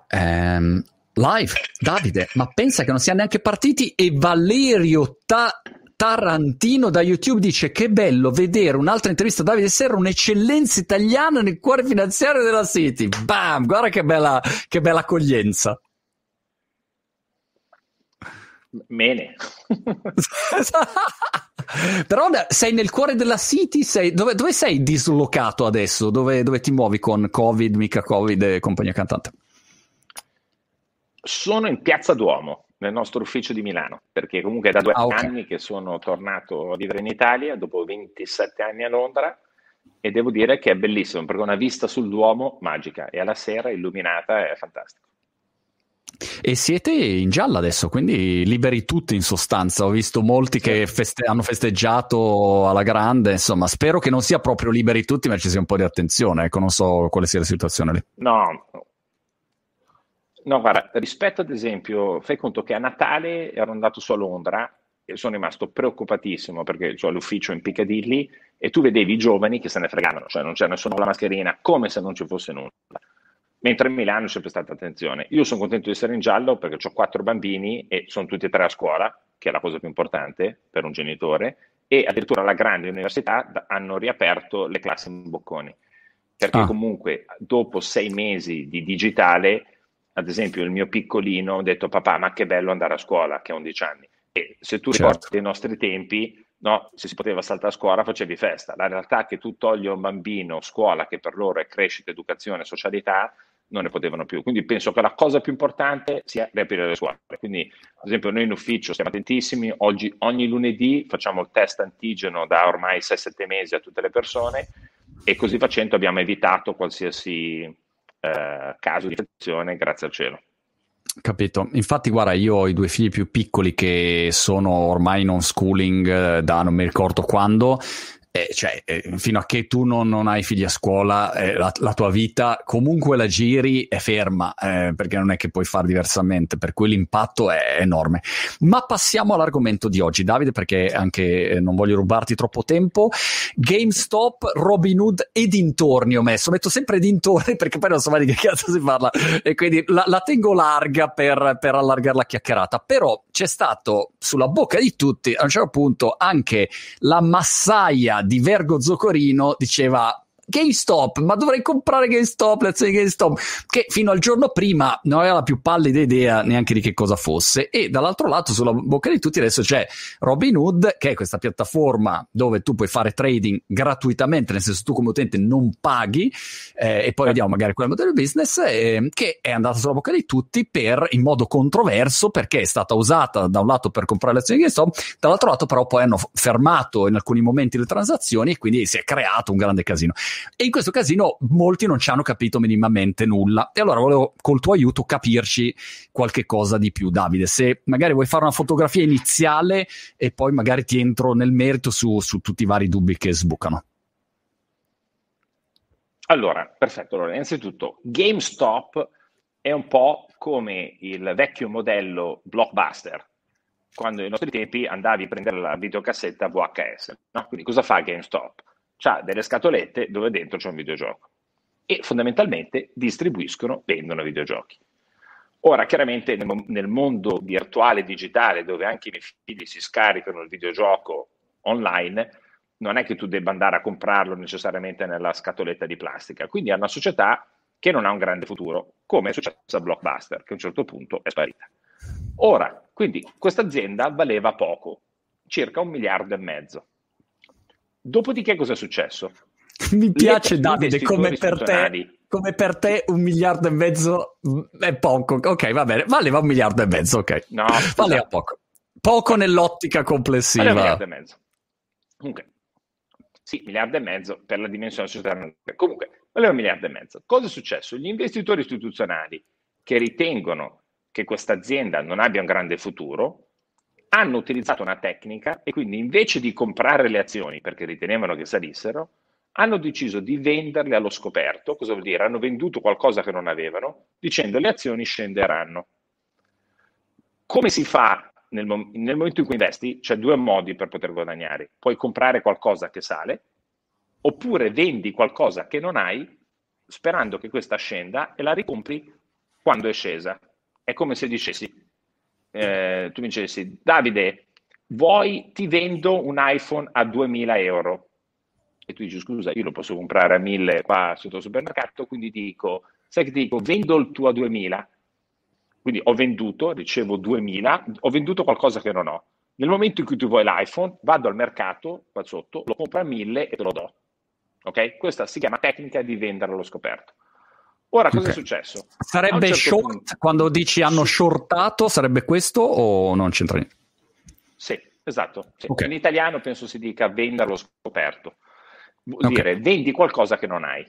Live, Davide, ma pensa che non siamo neanche partiti e Valerio Tarantino da YouTube dice: che bello vedere un'altra intervista a Davide Serra, un'eccellenza italiana nel cuore finanziario della City. Bam, guarda che bella accoglienza. Bene. Però sei nel cuore della City, dove sei dislocato adesso? Dove ti muovi con Covid, mica Covid e compagnia cantante? Sono in Piazza Duomo, nel nostro ufficio di Milano, perché comunque è da 2 anni che sono tornato a vivere in Italia, dopo 27 anni a Londra, e devo dire che è bellissimo, perché una vista sul Duomo magica, e alla sera illuminata è fantastico. E siete in gialla adesso, quindi liberi tutti in sostanza. Ho visto molti che hanno festeggiato alla grande, insomma, spero che non sia proprio liberi tutti, ma ci sia un po' di attenzione, ecco, non so quale sia la situazione lì. No, guarda, rispetto ad esempio, fai conto che a Natale ero andato su a Londra e sono rimasto preoccupatissimo perché ho l'ufficio in Piccadilly e tu vedevi i giovani che se ne fregavano, cioè non c'era nessuno con la mascherina, come se non ci fosse nulla. Mentre a Milano c'è sempre stata attenzione. Io sono contento di essere in giallo perché ho 4 bambini e sono tutti e 3 a scuola, che è la cosa più importante per un genitore, e addirittura alla grande università hanno riaperto le classi in bocconi. Perché comunque dopo 6 mesi di digitale, ad esempio il mio piccolino ha detto: papà, ma che bello andare a scuola, che ha 11 anni. E se tu ricordi i nostri tempi, no, se si poteva saltare a scuola facevi festa. La realtà è che tu togli a un bambino scuola, che per loro è crescita, educazione, socialità, non ne potevano più. Quindi penso che la cosa più importante sia riaprire le scuole. Quindi, ad esempio, noi in ufficio stiamo attentissimi. Ogni lunedì facciamo il test antigeno da ormai 6-7 mesi a tutte le persone e così facendo abbiamo evitato qualsiasi caso di infezione, grazie al cielo. Capito. Infatti, guarda, io ho i 2 figli più piccoli che sono ormai in homeschooling da non mi ricordo quando. Fino a che tu non hai figli a scuola, la tua vita comunque la giri è ferma, perché non è che puoi fare diversamente, per cui l'impatto è enorme. Ma passiamo all'argomento di oggi, Davide, perché anche non voglio rubarti troppo tempo. GameStop, Robinhood e dintorni ho metto sempre dintorni perché poi non so mai di che cazzo si parla e quindi la tengo larga per allargare la chiacchierata. Però c'è stato sulla bocca di tutti a un certo punto anche la massaia di Vergo Zocorino diceva: GameStop, ma dovrei comprare GameStop, le azioni di GameStop, che fino al giorno prima non aveva la più pallida idea neanche di che cosa fosse. E dall'altro lato, sulla bocca di tutti adesso c'è Robinhood, che è questa piattaforma dove tu puoi fare trading gratuitamente, nel senso tu come utente non paghi, e poi vediamo magari quel modello di business, che è andata sulla bocca di tutti in modo controverso, perché è stata usata da un lato per comprare le azioni di GameStop, dall'altro lato però poi hanno fermato in alcuni momenti le transazioni e quindi si è creato un grande casino. E in questo casino molti non ci hanno capito minimamente nulla, e allora volevo col tuo aiuto capirci qualche cosa di più. Davide, se magari vuoi fare una fotografia iniziale e poi magari ti entro nel merito su tutti i vari dubbi che sbucano. Allora, perfetto. Allora, innanzitutto GameStop è un po' come il vecchio modello Blockbuster, quando ai nostri tempi andavi a prendere la videocassetta VHS, no? Quindi cosa fa GameStop? C'ha delle scatolette dove dentro c'è un videogioco e fondamentalmente vendono videogiochi. Ora, chiaramente nel mondo virtuale digitale, dove anche i miei figli si scaricano il videogioco online, non è che tu debba andare a comprarlo necessariamente nella scatoletta di plastica. Quindi è una società che non ha un grande futuro, come è successo a Blockbuster, che a un certo punto è sparita. Ora, quindi questa azienda valeva poco, circa 1,5 miliardi. Dopodiché cosa è successo? Mi piace, Davide, come per te 1,5 miliardi è poco. Ok, va bene, valeva 1,5 miliardi, ok. No, valeva poco nell'ottica complessiva. Valeva 1,5 miliardi. Comunque, sì, 1,5 miliardi per la dimensione societaria. Comunque, valeva 1,5 miliardi. Cosa è successo? Gli investitori istituzionali che ritengono che questa azienda non abbia un grande futuro hanno utilizzato una tecnica e quindi invece di comprare le azioni perché ritenevano che salissero, hanno deciso di venderle allo scoperto. Cosa vuol dire? Hanno venduto qualcosa che non avevano, dicendo le azioni scenderanno. Come si fa nel momento in cui investi? C'è 2 modi per poter guadagnare. Puoi comprare qualcosa che sale, oppure vendi qualcosa che non hai, sperando che questa scenda e la ricompri quando è scesa. È come se dicessi, tu mi dicessi, Davide, ti vendo un iPhone a 2.000 euro. E tu dici, scusa, io lo posso comprare a 1.000 qua sotto il supermercato, quindi dico, sai che ti dico, vendo il tuo a 2.000. Quindi ho venduto, ricevo 2.000, ho venduto qualcosa che non ho. Nel momento in cui tu vuoi l'iPhone, vado al mercato, qua sotto, lo compro a 1.000 e te lo do. Ok? Questa si chiama tecnica di vendere allo scoperto. Ora, cosa è successo? Sarebbe short, quando dici hanno shortato, sarebbe questo o non c'entra niente? Sì, esatto. Sì. Okay. In italiano penso si dica vendere allo scoperto. Vuol dire vendi qualcosa che non hai.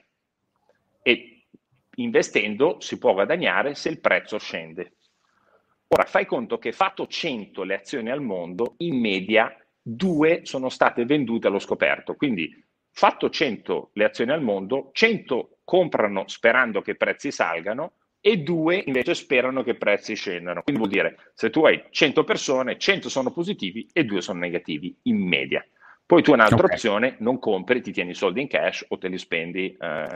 E investendo si può guadagnare se il prezzo scende. Ora, fai conto che fatto 100 le azioni al mondo, in media 2 sono state vendute allo scoperto. Quindi, fatto 100 le azioni al mondo, 100 comprano sperando che i prezzi salgano e 2 invece sperano che i prezzi scendano. Quindi vuol dire, se tu hai 100 persone, 100 sono positivi e 2 sono negativi, in media. Poi tu un'altra opzione, non compri, ti tieni i soldi in cash o te li spendi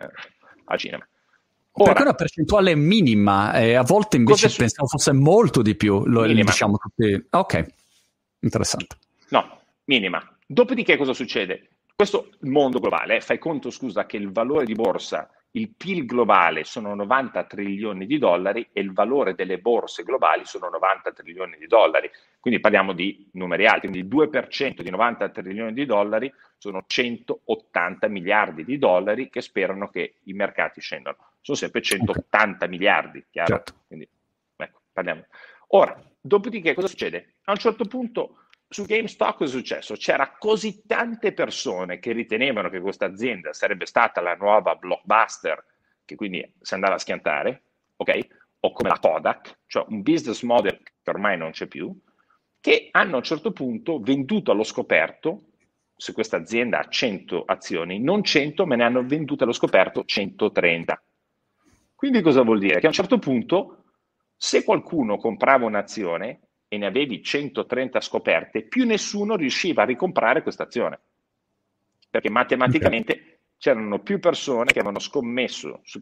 al cinema. Ora, perché una percentuale minima, a volte invece pensavo fosse molto di più. Diciamo tutti. Ok, interessante. No, minima. Dopodiché cosa succede? Questo è il mondo globale. Fai conto, scusa, che il valore di borsa, il PIL globale sono 90 trilioni di dollari e il valore delle borse globali sono 90 trilioni di dollari. Quindi parliamo di numeri alti, quindi il 2% di 90 trilioni di dollari sono 180 miliardi di dollari che sperano che i mercati scendano. Sono sempre 180 miliardi, chiaro? Certo. Quindi, ecco, parliamo. Ora, dopodiché cosa succede? A un certo punto su GameStop cosa è successo? C'era così tante persone che ritenevano che questa azienda sarebbe stata la nuova Blockbuster, che quindi si andava a schiantare, ok? O come la Kodak, cioè un business model che ormai non c'è più, che hanno a un certo punto venduto allo scoperto, se questa azienda ha 100 azioni, non 100, me ne hanno vendute allo scoperto 130. Quindi cosa vuol dire? Che a un certo punto, se qualcuno comprava un'azione e ne avevi 130 scoperte, più nessuno riusciva a ricomprare questa azione. Perché matematicamente c'erano più persone che avevano scommesso su.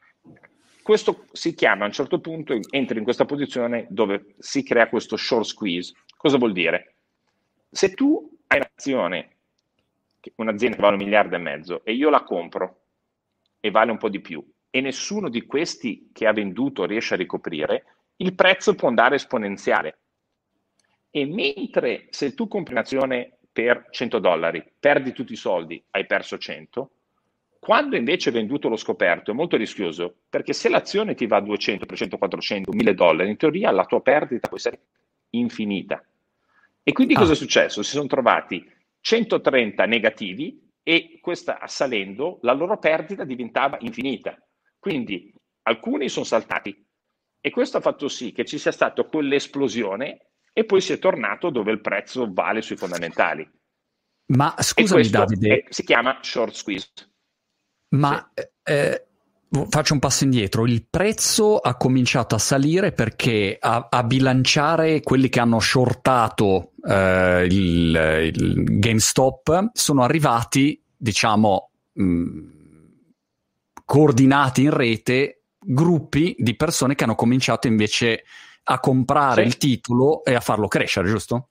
Questo si chiama, a un certo punto, entri in questa posizione dove si crea questo short squeeze. Cosa vuol dire? Se tu hai un'azienda che vale 1,5 miliardi e io la compro e vale un po' di più, e nessuno di questi che ha venduto riesce a ricoprire, il prezzo può andare esponenziale. E mentre se tu compri un'azione per $100, perdi tutti i soldi, hai perso 100, quando invece hai venduto lo scoperto è molto rischioso, perché se l'azione ti va a 200, 300, 400, $1.000, in teoria la tua perdita può essere infinita. E quindi cosa è successo? Si sono trovati 130 negativi e questa salendo, la loro perdita diventava infinita. Quindi alcuni sono saltati e questo ha fatto sì che ci sia stata quell'esplosione e poi si è tornato dove il prezzo vale sui fondamentali. Ma scusami Davide, si chiama short squeeze. Ma faccio un passo indietro, il prezzo ha cominciato a salire perché a bilanciare quelli che hanno shortato il GameStop sono arrivati, diciamo, coordinati in rete gruppi di persone che hanno cominciato invece a comprare il titolo e a farlo crescere, giusto?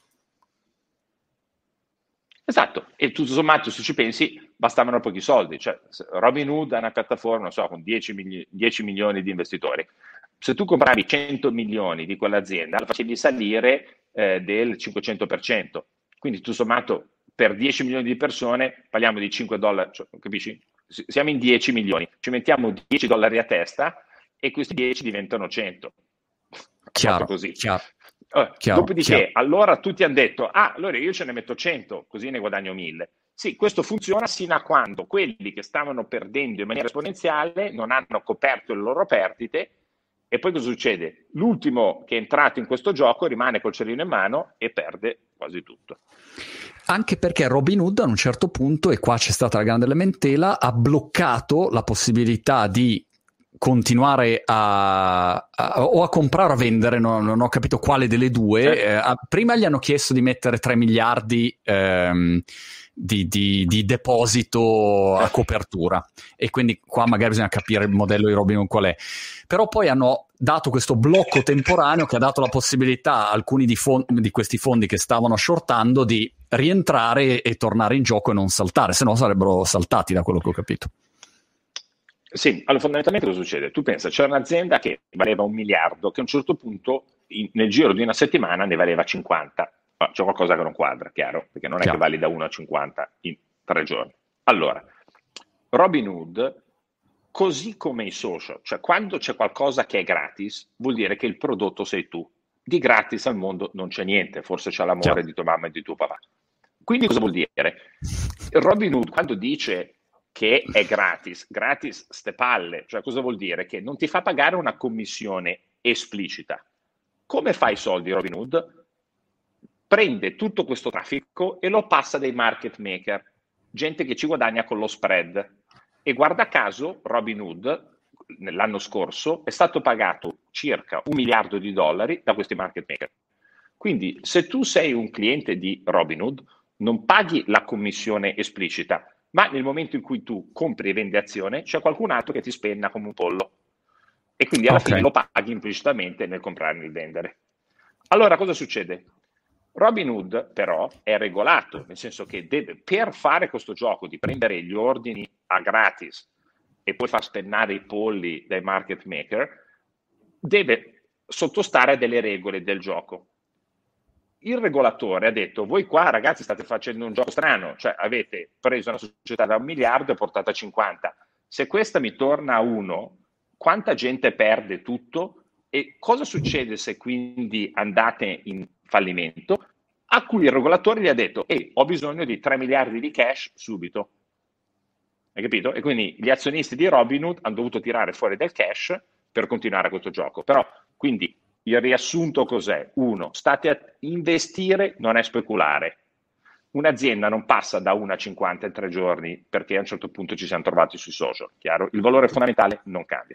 Esatto, e tutto sommato se ci pensi bastavano pochi soldi, cioè Robinhood è una piattaforma, non so, con 10 milioni di investitori. Se tu compravi 100 milioni di quell'azienda, la facevi salire del 500%, quindi tutto sommato per 10 milioni di persone parliamo di $5, cioè, capisci? Siamo in 10 milioni, ci mettiamo $10 a testa e questi 10 diventano 100. Chiaro, così. Chiaro. Dopodiché, allora tutti hanno detto, allora io ce ne metto 100, così ne guadagno 1.000. Sì, questo funziona sino a quando quelli che stavano perdendo in maniera esponenziale non hanno coperto le loro perdite e poi cosa succede? L'ultimo che è entrato in questo gioco rimane col cerino in mano e perde quasi tutto. Anche perché Robinhood a un certo punto, e qua c'è stata la grande lamentela, ha bloccato la possibilità di continuare a comprare o a vendere, non ho capito quale delle due. Prima gli hanno chiesto di mettere 3 miliardi di deposito a copertura, e quindi qua magari bisogna capire il modello di Robinhood qual è. Però poi hanno dato questo blocco temporaneo che ha dato la possibilità a alcuni di questi fondi che stavano shortando di rientrare e tornare in gioco e non saltare, se no sarebbero saltati, da quello che ho capito. Sì, allora fondamentalmente cosa succede? Tu pensa, c'è un'azienda che valeva 1 miliardo, che a un certo punto nel giro di una settimana ne valeva 50. C'è qualcosa che non quadra, chiaro, perché non è che vali da 1 a 50 in 3 giorni. Allora, Robinhood, così come i social, cioè quando c'è qualcosa che è gratis, vuol dire che il prodotto sei tu. Di gratis al mondo non c'è niente, forse c'è l'amore di tua mamma e di tuo papà. Quindi cosa vuol dire? Robinhood, quando dice che è gratis ste palle, cioè cosa vuol dire? Che non ti fa pagare una commissione esplicita. Come fa i soldi Robinhood? Prende tutto questo traffico e lo passa dai market maker, gente che ci guadagna con lo spread. E guarda caso, Robinhood nell'anno scorso è stato pagato circa $1 miliardo da questi market maker. Quindi se tu sei un cliente di Robinhood, non paghi la commissione esplicita, ma nel momento in cui tu compri e vendi azione, c'è qualcun altro che ti spenna come un pollo. E quindi alla fine lo paghi implicitamente nel comprare e nel vendere. Allora cosa succede? Robinhood però è regolato, nel senso che deve, per fare questo gioco di prendere gli ordini a gratis e poi far spennare i polli dai market maker, deve sottostare a delle regole del gioco. Il regolatore ha detto: voi qua ragazzi state facendo un gioco strano, cioè avete preso una società da 1 miliardo e portata a 50. Se questa mi torna a 1, quanta gente perde tutto? E cosa succede se quindi andate in fallimento? A cui il regolatore gli ha detto: ho bisogno di 3 miliardi di cash subito. Hai capito? E quindi gli azionisti di Robinhood hanno dovuto tirare fuori del cash per continuare questo gioco. Però, quindi, il riassunto cos'è? 1, state a investire, non è speculare. Un'azienda non passa da 1 a 50 in 3 giorni perché a un certo punto ci siamo trovati sui social, chiaro? Il valore fondamentale non cambia.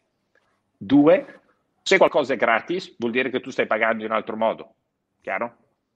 2, se qualcosa è gratis, vuol dire che tu stai pagando in un altro modo, chiaro?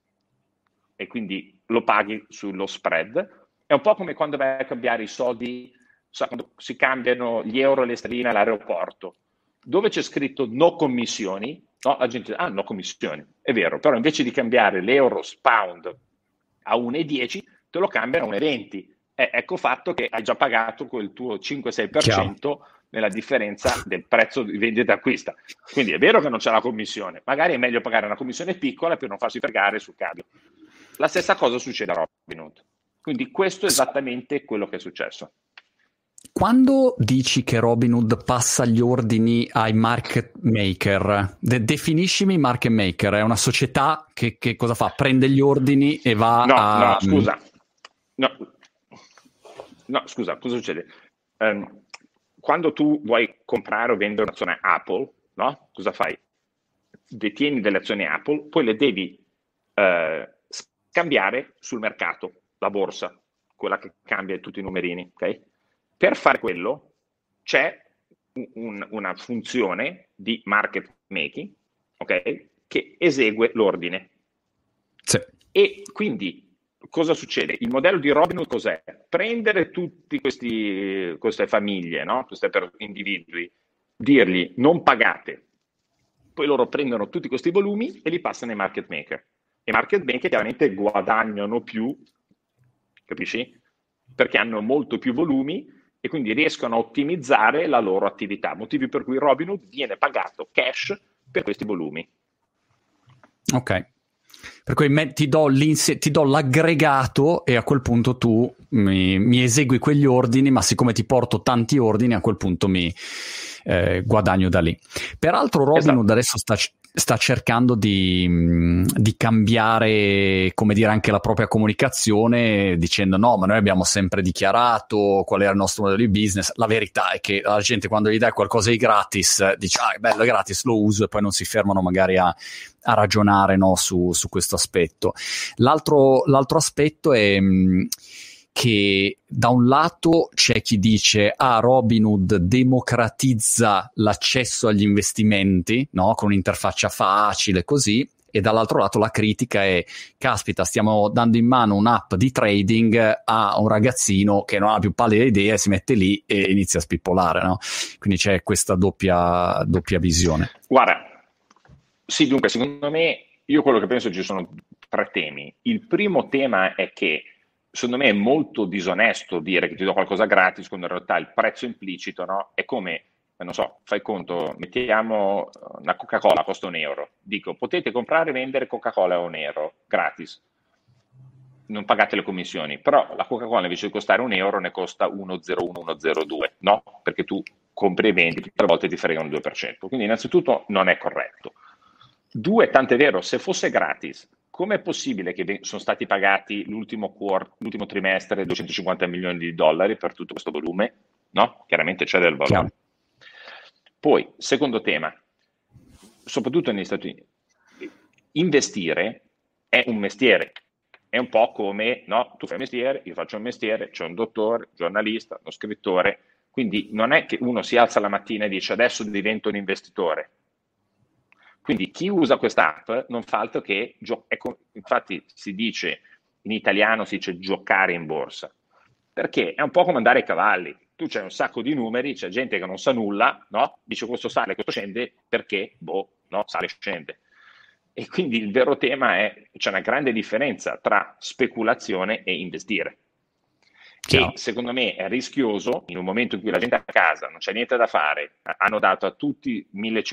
E quindi lo paghi sullo spread. È un po' come quando vai a cambiare i soldi, quando si cambiano gli euro e le sterline all'aeroporto, dove c'è scritto no commissioni, no, la gente dice, no commissioni, è vero, però invece di cambiare l'euro pound a 1,10 te lo cambiano a 1,20. Ecco fatto che hai già pagato quel tuo 5-6% nella differenza del prezzo di vendita e acquista. Quindi è vero che non c'è la commissione, magari è meglio pagare una commissione piccola per non farsi fregare sul cambio. La stessa cosa succede a Robinhood. Quindi questo è esattamente quello che è successo. Quando dici che Robinhood passa gli ordini ai market maker, definiscimi market maker. È una società che cosa fa? Prende gli ordini e va No, scusa. No, scusa, cosa succede? Quando tu vuoi comprare o vendere un'azione Apple, no? Cosa fai? Detieni delle azioni Apple, poi le devi scambiare sul mercato, la borsa, quella che cambia tutti i numerini, ok? Per fare quello c'è una funzione di market making, ok? Che esegue l'ordine. Sì. E quindi cosa succede? Il modello di Robinhood cos'è? Prendere tutti queste famiglie, no? Questi individui, dirgli non pagate, poi loro prendono tutti questi volumi e li passano ai market maker. E i market maker chiaramente guadagnano più, capisci? Perché hanno molto più volumi e quindi riescono a ottimizzare la loro attività, motivi per cui Robinhood viene pagato cash per questi volumi. Ok. Per cui ti do l'aggregato e a quel punto tu mi esegui quegli ordini, ma siccome ti porto tanti ordini, a quel punto mi guadagno da lì. Peraltro Robinhood adesso sta cercando di cambiare, come dire, anche la propria comunicazione, dicendo no, ma noi abbiamo sempre dichiarato qual era il nostro modello di business. La verità è che la gente, quando gli dai qualcosa di gratis, dice è bello, è gratis, lo uso, e poi non si fermano magari a ragionare, no, su questo aspetto. L'altro aspetto è che da un lato c'è chi dice Robinhood democratizza l'accesso agli investimenti, no? Con un'interfaccia facile così, e dall'altro lato la critica è, caspita, stiamo dando in mano un'app di trading a un ragazzino che non ha più pallida idea, si mette lì e inizia a spippolare, no? Quindi c'è questa doppia visione. Guarda, sì, dunque, secondo me, io quello che penso ci sono 3 temi. Il primo tema è che, secondo me, è molto disonesto dire che ti do qualcosa gratis quando in realtà il prezzo implicito, no? È come, non so, fai conto, mettiamo una Coca-Cola, costa €1. Dico, potete comprare e vendere Coca-Cola a €1, gratis. Non pagate le commissioni, però la Coca-Cola invece di costare €1 ne costa 1,01, 1,02, no? Perché tu compri e vendi, tutte le volte ti fregano il 2%. Quindi innanzitutto non è corretto. 2, tant'è vero, se fosse gratis, com'è possibile che sono stati pagati l'ultimo trimestre $250 milioni per tutto questo volume? No? Chiaramente c'è del valore. Chiaro. Poi, secondo tema, soprattutto negli Stati Uniti, investire è un mestiere. È un po' come, no, tu fai un mestiere, io faccio un mestiere, c'è un dottore, un giornalista, uno scrittore, quindi non è che uno si alza la mattina e dice adesso divento un investitore. Quindi chi usa questa app non fa altro che, infatti si dice, in italiano si dice giocare in borsa, perché è un po' come andare ai cavalli. Tu c'hai un sacco di numeri, c'è gente che non sa nulla, no? Dice questo sale, questo scende, perché? No, sale e scende. E quindi il vero tema è, c'è una grande differenza tra speculazione e investire. Che secondo me è rischioso in un momento in cui la gente è a casa, non c'è niente da fare, hanno dato a tutti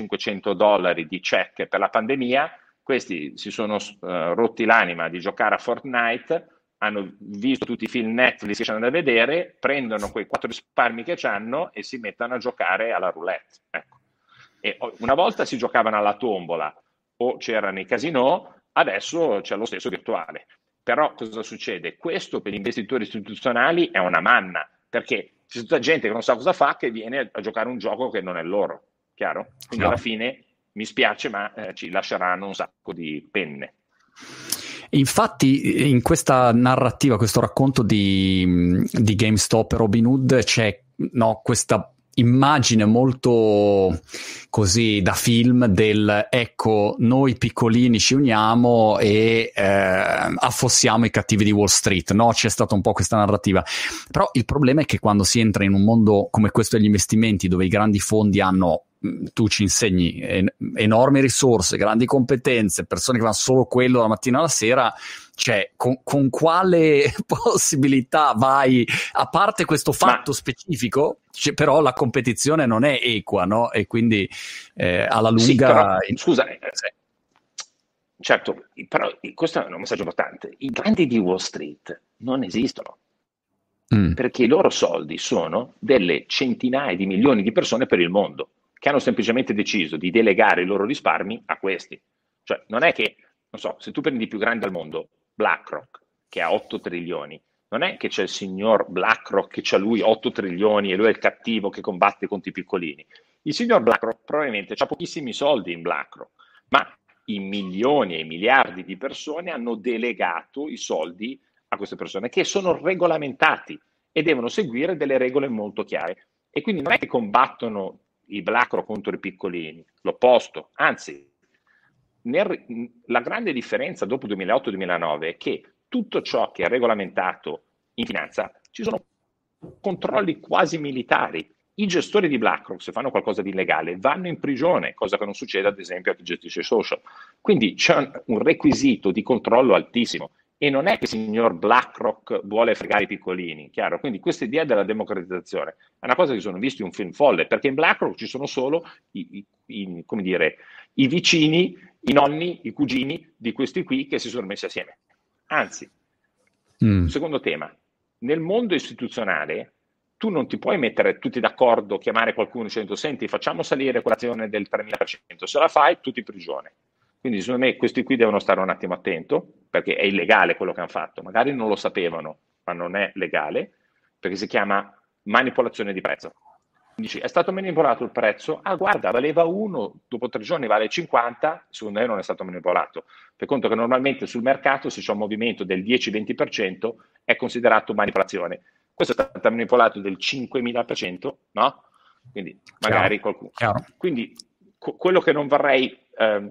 $1.500 di check per la pandemia, questi si sono rotti l'anima di giocare a Fortnite, hanno visto tutti i film Netflix che c'hanno da vedere, prendono quei 4 risparmi che hanno e si mettono a giocare alla roulette. Ecco. E una volta si giocavano alla tombola o c'erano i casinò, adesso c'è lo stesso virtuale. Però cosa succede? Questo per gli investitori istituzionali è una manna, perché c'è tutta gente che non sa cosa fa, che viene a giocare un gioco che non è loro, chiaro? Quindi alla fine mi spiace, ma ci lasceranno un sacco di penne. Infatti in questa narrativa, questo racconto di GameStop e Robinhood c'è questa immagine molto così da film del ecco, noi piccolini ci uniamo e affossiamo i cattivi di Wall Street, no? C'è stata un po' questa narrativa, però il problema è che quando si entra in un mondo come questo degli investimenti, dove i grandi fondi hanno, tu ci insegni, enormi risorse, grandi competenze, persone che fanno solo quello dalla mattina alla sera, cioè con quale possibilità vai, a parte questo fatto specifico, però la competizione non è equa, no? E quindi alla lunga... Sì, però, scusa, certo, però questo è un messaggio importante, i grandi di Wall Street non esistono, perché i loro soldi sono delle centinaia di milioni di persone per il mondo, che hanno semplicemente deciso di delegare i loro risparmi a questi. Cioè, non è che, non so, se tu prendi il più grande al mondo, BlackRock, che ha 8 trilioni, non è che c'è il signor BlackRock che c'ha lui 8 trilioni e lui è il cattivo che combatte contro i piccolini. Il signor BlackRock probabilmente ha pochissimi soldi in BlackRock, ma i milioni e i miliardi di persone hanno delegato i soldi a queste persone, che sono regolamentati e devono seguire delle regole molto chiare. E quindi non è che combattono i BlackRock contro i piccolini, l'opposto, anzi, la grande differenza dopo 2008-2009 è che tutto ciò che è regolamentato in finanza, ci sono controlli quasi militari. I gestori di BlackRock, se fanno qualcosa di illegale, vanno in prigione, cosa che non succede ad esempio a chi gestisce social. Quindi c'è un requisito di controllo altissimo. E non è che il signor BlackRock vuole fregare i piccolini, chiaro? Quindi questa idea della democratizzazione è una cosa che sono visti un film folle, perché in BlackRock ci sono solo come dire, i vicini, i nonni, i cugini di questi qui che si sono messi assieme. Anzi, secondo tema, nel mondo istituzionale tu non ti puoi mettere tutti d'accordo, chiamare qualcuno dicendo senti, facciamo salire quell'azione del 3000%, se la fai tutti in prigione. Quindi secondo me questi qui devono stare un attimo attento, perché è illegale quello che hanno fatto, magari non lo sapevano, ma non è legale, perché si chiama manipolazione di prezzo. Dici, è stato manipolato il prezzo? Ah, guarda, valeva 1, dopo 3 giorni vale 50, secondo me non è stato manipolato. Per conto che normalmente sul mercato se c'è un movimento del 10-20% è considerato manipolazione. Questo è stato manipolato del 5.000%, no? Quindi magari qualcuno. Chiaro. Quindi quello che non vorrei...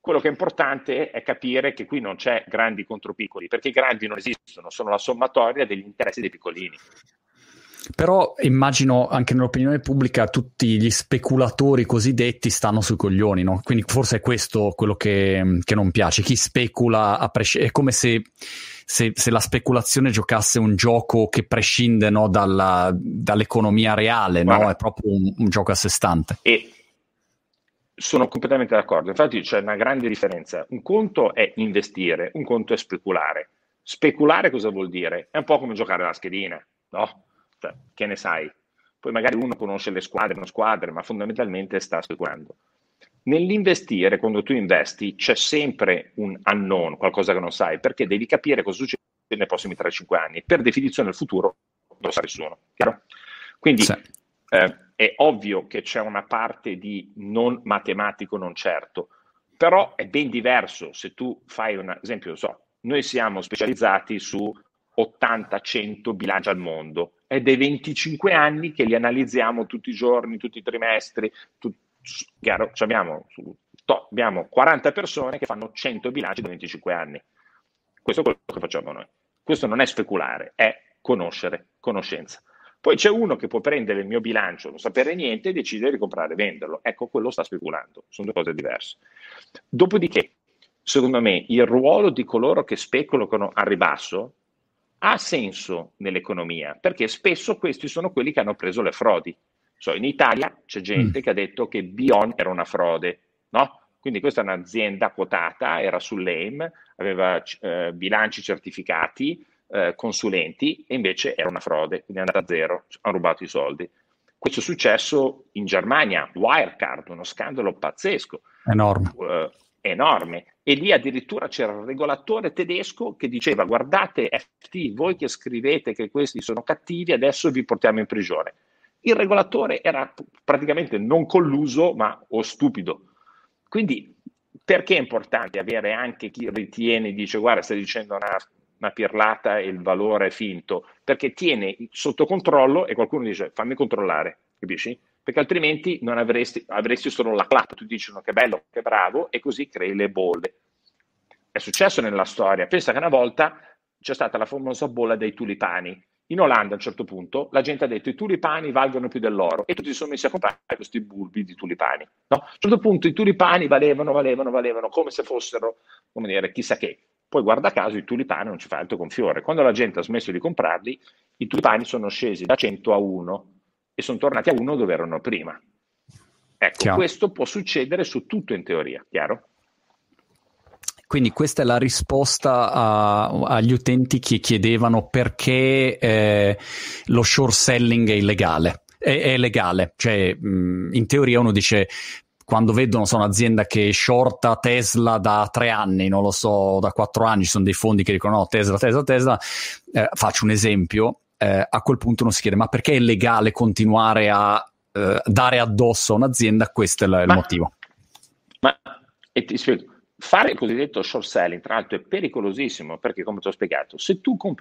quello che è importante è capire che qui non c'è grandi contro piccoli, perché i grandi non esistono, sono la sommatoria degli interessi dei piccolini. Però immagino anche nell'opinione pubblica tutti gli speculatori cosiddetti stanno sui coglioni, no? Quindi forse è questo quello che non piace. Chi specula è come se la speculazione giocasse un gioco che prescinde, no, dall'economia reale, no? Guarda, È proprio un gioco a sé stante. e sono completamente d'accordo. Infatti c'è una grande differenza. Un conto è investire, un conto è speculare. Speculare cosa vuol dire? È un po' come giocare alla schedina, no? Cioè, che ne sai? Poi magari uno conosce le squadre, non squadre, ma fondamentalmente sta speculando. Nell'investire, quando tu investi, c'è sempre un unknown, qualcosa che non sai, perché devi capire cosa succede nei prossimi 3-5 anni. Per definizione il futuro non lo sa nessuno, chiaro? Quindi Sì. è ovvio che c'è una parte di non matematico non certo, però è ben diverso se tu fai un esempio, noi siamo specializzati su 80-100 bilanci al mondo, è dei 25 anni che li analizziamo tutti i giorni, tutti i trimestri, chiaro, abbiamo 40 persone che fanno 100 bilanci da 25 anni. Questo è quello che facciamo noi. Questo non è speculare, è conoscenza. Poi c'è uno che può prendere il mio bilancio, non sapere niente e decidere di comprare e venderlo. Ecco, quello sta speculando, sono due cose diverse. Dopodiché, secondo me, il ruolo di coloro che speculano al ribasso ha senso nell'economia, perché spesso questi sono quelli che hanno preso le frodi. In Italia c'è gente che ha detto che Bion era una frode, no? Quindi questa è un'azienda quotata, era sull'AIM, aveva bilanci certificati, consulenti, e invece era una frode, quindi è andata a zero, hanno rubato i soldi. Questo è successo in Germania, Wirecard, uno scandalo pazzesco. Enorme. E lì addirittura c'era il regolatore tedesco che diceva: guardate FT, voi che scrivete che questi sono cattivi, adesso vi portiamo in prigione. Il regolatore era praticamente non colluso, ma stupido. Quindi perché è importante avere anche chi ritiene, dice guarda, stai dicendo una pirlata e il valore è finto, perché tiene sotto controllo e qualcuno dice fammi controllare, capisci? Perché altrimenti non avresti solo la clap, tu dici che bello, che bravo, e così crei le bolle. È successo nella storia. Pensa che una volta c'è stata la famosa bolla dei tulipani. In Olanda a un certo punto la gente ha detto i tulipani valgono più dell'oro e tutti si sono messi a comprare questi bulbi di tulipani. No? A un certo punto i tulipani valevano come se fossero, come dire, chissà che. Poi guarda caso i tulipani non ci fa altro con fiore. Quando la gente ha smesso di comprarli, i tulipani sono scesi da 100 a 1 e sono tornati a 1 dove erano prima. Ecco, chiaro. Questo può succedere su tutto in teoria, chiaro? Quindi questa è la risposta agli utenti che chiedevano perché lo short selling è illegale. È legale, cioè in teoria uno dice quando vedono un'azienda che shorta Tesla da 3 anni, non lo so, da 4 anni, ci sono dei fondi che dicono no, Tesla, faccio un esempio, a quel punto uno si chiede ma perché è legale continuare a dare addosso a un'azienda? Questo è il motivo. E ti spiego. Fare il cosiddetto short selling, tra l'altro, è pericolosissimo perché, come ti ho spiegato, se tu compri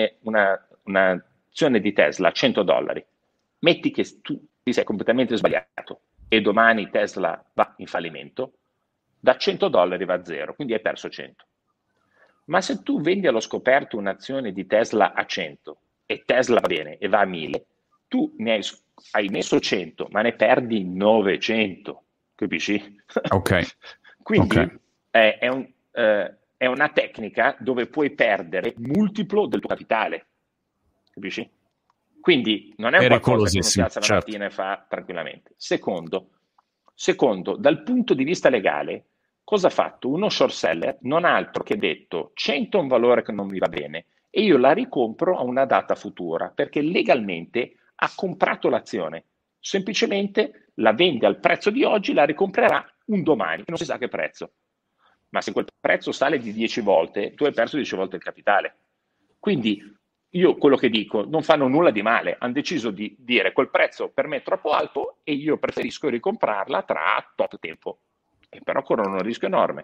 un'azione di Tesla a $100, metti che tu ti sei completamente sbagliato e domani Tesla va in fallimento, da $100 va a zero, quindi hai perso 100. Ma se tu vendi allo scoperto un'azione di Tesla a 100 e Tesla va bene e va a 1000, tu ne hai messo 100, ma ne perdi 900, capisci? Ok. Quindi è una tecnica dove puoi perdere multiplo del tuo capitale, capisci? Quindi non è qualcosa che uno si alza la mattina e fa tranquillamente. Secondo, dal punto di vista legale, cosa ha fatto? Uno short seller non ha altro che detto 100 è un valore che non mi va bene e io la ricompro a una data futura, perché legalmente ha comprato l'azione. Semplicemente la vende al prezzo di oggi, la ricomprerà un domani, non si sa che prezzo. Ma se quel prezzo sale di 10 volte, tu hai perso 10 volte il capitale. Quindi io quello che dico, non fanno nulla di male, hanno deciso di dire quel prezzo per me è troppo alto e io preferisco ricomprarla tra tot tempo. E però corrono un rischio enorme.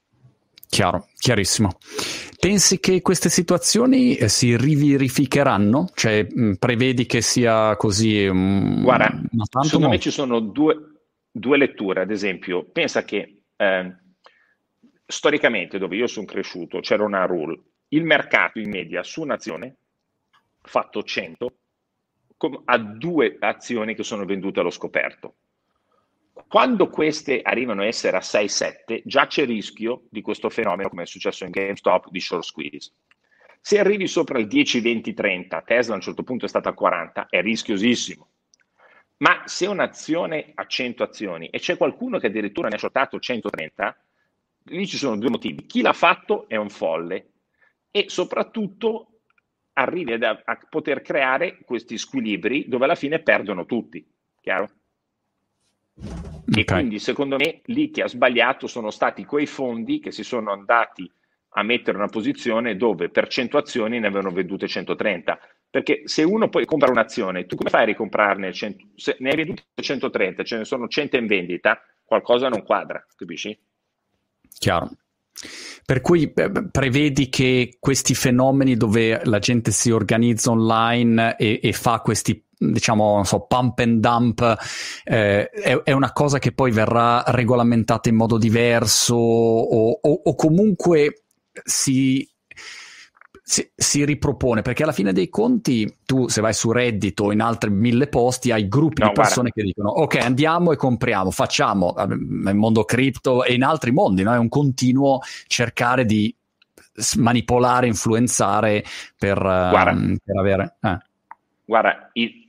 Chiarissimo. Pensi che queste situazioni si riverificheranno? Cioè prevedi che sia così? Guarda, secondo me ci sono due letture. Ad esempio, pensa che storicamente, dove io sono cresciuto, c'era una rule: il mercato in media su un'azione fatto 100 ha 2 azioni che sono vendute allo scoperto. Quando queste arrivano a essere a 6-7, già c'è il rischio di questo fenomeno, come è successo in GameStop, di short squeeze. Se arrivi sopra il 10, 20, 30, Tesla a un certo punto è stata a 40, è rischiosissimo. Ma se un'azione ha 100 azioni e c'è qualcuno che addirittura ne ha shortato 130, lì ci sono 2 motivi: chi l'ha fatto è un folle, e soprattutto arrivi a poter creare questi squilibri dove alla fine perdono tutti, chiaro? Okay. E quindi secondo me lì che ha sbagliato sono stati quei fondi che si sono andati a mettere una posizione dove per 100 azioni ne avevano vendute 130, perché se uno poi compra un'azione, tu come fai a ricomprarne 100? Se ne hai vendute 130, ce ne sono 100 in vendita, qualcosa non quadra, capisci? Chiaro. Per cui prevedi che questi fenomeni dove la gente si organizza online e fa questi, diciamo, non so, pump and dump, è una cosa che poi verrà regolamentata in modo diverso o comunque si ripropone? Perché alla fine dei conti tu, se vai su Reddit o in altri 1000 posti, hai gruppi di persone che dicono ok, andiamo e compriamo, facciamo, nel mondo cripto e in altri mondi, no? È un continuo cercare di manipolare, influenzare per avere Guarda, il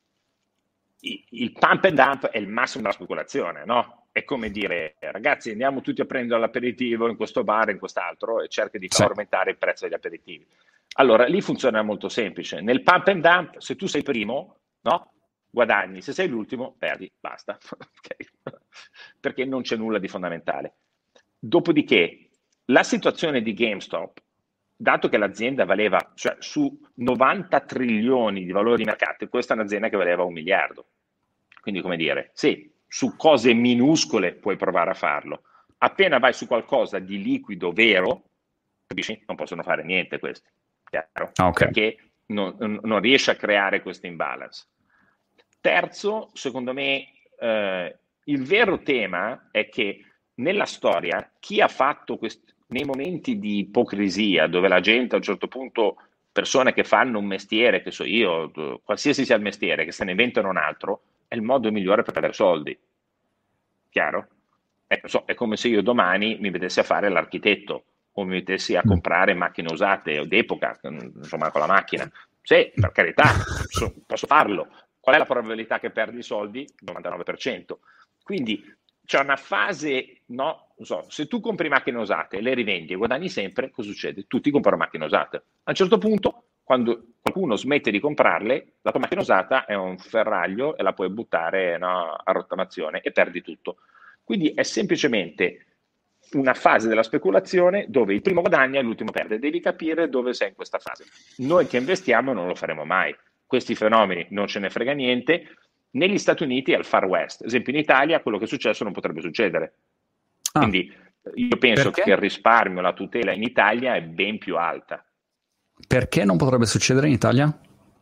pump and dump è il massimo della speculazione, no? È come dire: ragazzi, andiamo tutti a prendere l'aperitivo in questo bar, in quest'altro, e cerca di far aumentare il prezzo degli aperitivi. Allora, lì funziona molto semplice. Nel pump and dump, se tu sei primo, no? Guadagni; se sei l'ultimo, perdi, basta. Okay? Perché non c'è nulla di fondamentale. Dopodiché, la situazione di GameStop, dato che l'azienda valeva, cioè, su 90 trilioni di valore di mercato, questa è un'azienda che valeva 1 miliardo. Quindi, come dire, sì, su cose minuscole puoi provare a farlo. Appena vai su qualcosa di liquido vero, capisci? Non possono fare niente questi, chiaro? Okay. Perché non riesce a creare questo imbalance. Terzo, secondo me, il vero tema è che nella storia chi ha fatto nei momenti di ipocrisia, dove la gente a un certo punto, persone che fanno un mestiere, che so io, qualsiasi sia il mestiere, che se ne inventano un altro, è il modo migliore per avere soldi, chiaro? È come se io domani mi mettessi a fare l'architetto o mi mettessi a comprare macchine usate o d'epoca, insomma, con la macchina. Sì, per carità, posso farlo. Qual è la probabilità che perdi i soldi? 99%. Quindi c'è una fase, no? Non so, se tu compri macchine usate e le rivendi e guadagni sempre, cosa succede? Tutti comprano macchine usate. A un certo punto, quando qualcuno smette di comprarle, la tua macchina usata è un ferraglio e la puoi buttare, no, a rottamazione e perdi tutto. Quindi è semplicemente una fase della speculazione dove il primo guadagna e l'ultimo perde. Devi capire dove sei in questa fase. Noi che investiamo non lo faremo mai. Questi fenomeni non ce ne frega niente. Negli Stati Uniti è il Far West. Ad esempio in Italia quello che è successo non potrebbe succedere. Quindi io penso che il risparmio, la tutela in Italia è ben più alta. Perché non potrebbe succedere in Italia?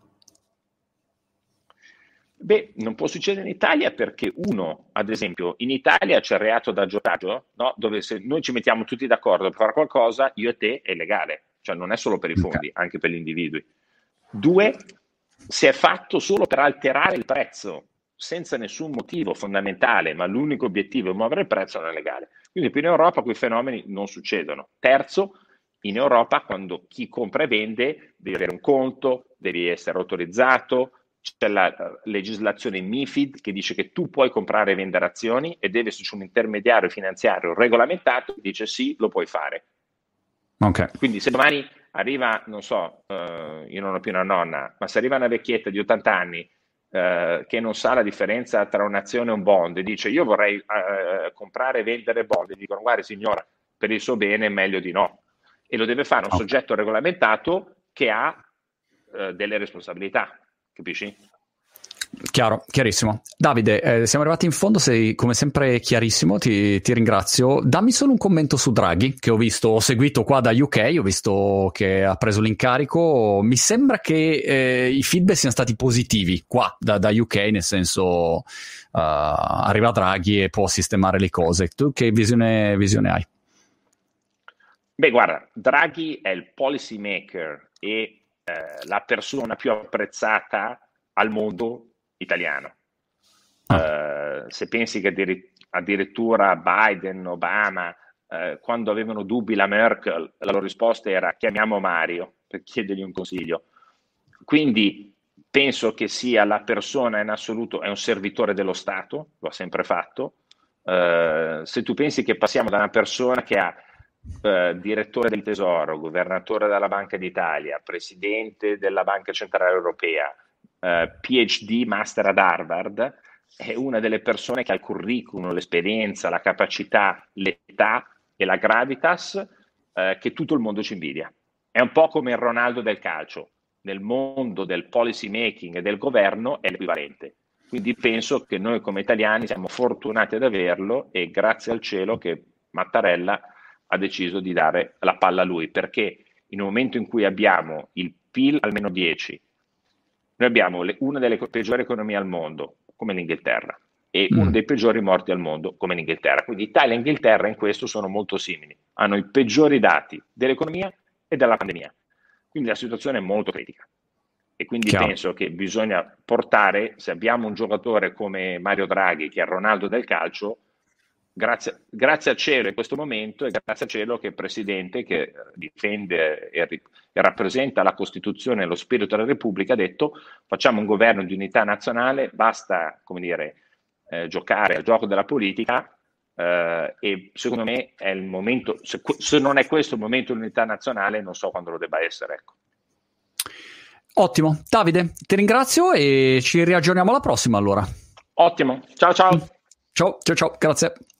Beh, non può succedere in Italia perché, uno, ad esempio, in Italia c'è il reato d'agiotaggio, no? Dove se noi ci mettiamo tutti d'accordo per fare qualcosa, io e te, è legale. Cioè non è solo per i fondi, anche per gli individui. Due, se è fatto solo per alterare il prezzo, senza nessun motivo fondamentale, ma l'unico obiettivo è muovere il prezzo, non è legale. Quindi in Europa quei fenomeni non succedono. Terzo, in Europa quando chi compra e vende devi avere un conto, devi essere autorizzato, c'è la legislazione MiFID che dice che tu puoi comprare e vendere azioni e deve esserci un intermediario finanziario regolamentato che dice sì, lo puoi fare. Okay. Quindi se domani arriva, non so, io non ho più una nonna, ma se arriva una vecchietta di 80 anni che non sa la differenza tra un'azione e un bond e dice io vorrei comprare e vendere bond, e dicono guardi signora, per il suo bene è meglio di no. E lo deve fare un soggetto regolamentato che ha delle responsabilità. Capisci? Chiaro, chiarissimo. Davide, siamo arrivati in fondo, sei come sempre chiarissimo, ti ringrazio. Dammi solo un commento su Draghi, che ho seguito qua da UK, ho visto che ha preso l'incarico. Mi sembra che i feedback siano stati positivi qua da UK, nel senso arriva Draghi e può sistemare le cose. Tu che visione hai? Beh, guarda, Draghi è il policy maker e la persona più apprezzata al mondo italiano. Se pensi che addirittura Biden, Obama, quando avevano dubbi la Merkel, la loro risposta era chiamiamo Mario per chiedergli un consiglio. Quindi penso che sia la persona in assoluto, è un servitore dello Stato, lo ha sempre fatto. Se tu pensi che passiamo da una persona che ha direttore del Tesoro, governatore della Banca d'Italia, presidente della Banca Centrale Europea, PhD, master ad Harvard, è una delle persone che ha il curriculum, l'esperienza, la capacità, l'età e la gravitas che tutto il mondo ci invidia. È un po' come il Ronaldo del calcio. Nel mondo del policy making e del governo è l'equivalente. Quindi penso che noi come italiani siamo fortunati ad averlo e grazie al cielo che Mattarella ha deciso di dare la palla a lui, perché in un momento in cui abbiamo il PIL almeno 10, noi abbiamo una delle peggiori economie al mondo, come l'Inghilterra, e uno dei peggiori morti al mondo, come l'Inghilterra. Quindi Italia e Inghilterra in questo sono molto simili, hanno i peggiori dati dell'economia e della pandemia. Quindi la situazione è molto critica. E quindi penso che bisogna portare, se abbiamo un giocatore come Mario Draghi, che è il Ronaldo del calcio, grazie al cielo in questo momento e grazie al cielo che il Presidente che difende e rappresenta la Costituzione e lo spirito della Repubblica ha detto facciamo un governo di unità nazionale, basta, come dire, giocare al gioco della politica e secondo me è il momento, se non è questo il momento dell'unità nazionale non so quando lo debba essere, ecco. Ottimo, Davide, ti ringrazio e ci riaggiorniamo alla prossima allora. Ottimo, ciao ciao. Ciao, grazie.